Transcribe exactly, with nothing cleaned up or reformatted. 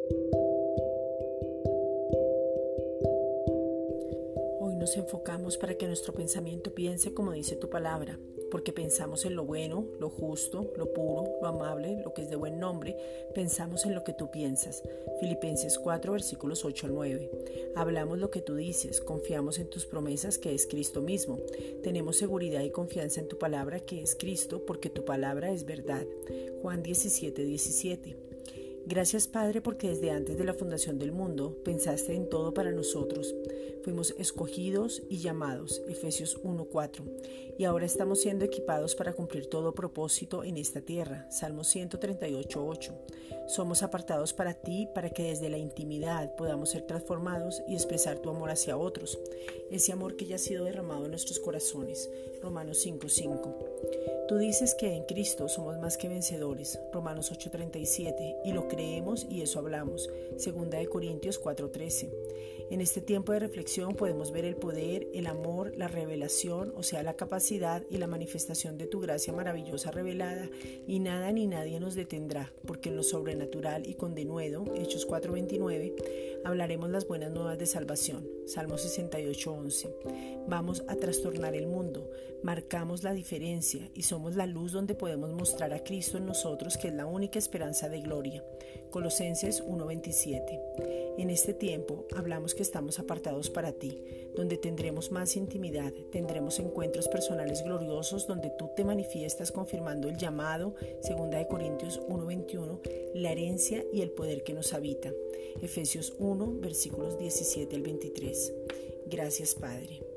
Hoy nos enfocamos para que nuestro pensamiento piense como dice tu palabra, porque pensamos en lo bueno, lo justo, lo puro, lo amable, lo que es de buen nombre, pensamos en lo que tú piensas. Filipenses cuatro, versículos ocho al nueve. Hablamos lo que tú dices, confiamos en tus promesas que es Cristo mismo. Tenemos seguridad y confianza en tu palabra que es Cristo, porque tu palabra es verdad. Juan diecisiete, diecisiete. Gracias, Padre, porque desde antes de la fundación del mundo pensaste en todo para nosotros. Fuimos escogidos y llamados, Efesios uno, cuatro, y ahora estamos siendo equipados para cumplir todo propósito en esta tierra, Salmo ciento treinta y ocho, ocho. Somos apartados para ti, para que desde la intimidad podamos ser transformados y expresar tu amor hacia otros, ese amor que ya ha sido derramado en nuestros corazones, Romanos cinco, cinco. Tú dices que en Cristo somos más que vencedores, Romanos ocho, treinta y siete, y lo creemos y eso hablamos, segunda de Corintios cuatro, trece. En este tiempo de reflexión podemos ver el poder, el amor, la revelación, o sea, la capacidad y la manifestación de tu gracia maravillosa revelada, y nada ni nadie nos detendrá, porque en lo sobrenatural y con denuedo, Hechos cuatro, veintinueve, hablaremos las buenas nuevas de salvación, Salmo sesenta y ocho, once. Vamos a trastornar el mundo, marcamos la diferencia y somos la luz donde podemos mostrar a Cristo en nosotros, que es la única esperanza de gloria, Colosenses uno, veintisiete. En este tiempo hablamos que estamos apartados para ti, donde tendremos más intimidad, tendremos encuentros personales gloriosos donde tú te manifiestas confirmando el llamado, segunda de Corintios uno, veintiuno, la herencia y el poder que nos habita, Efesios uno, versículos diecisiete al veintitrés. Gracias, Padre.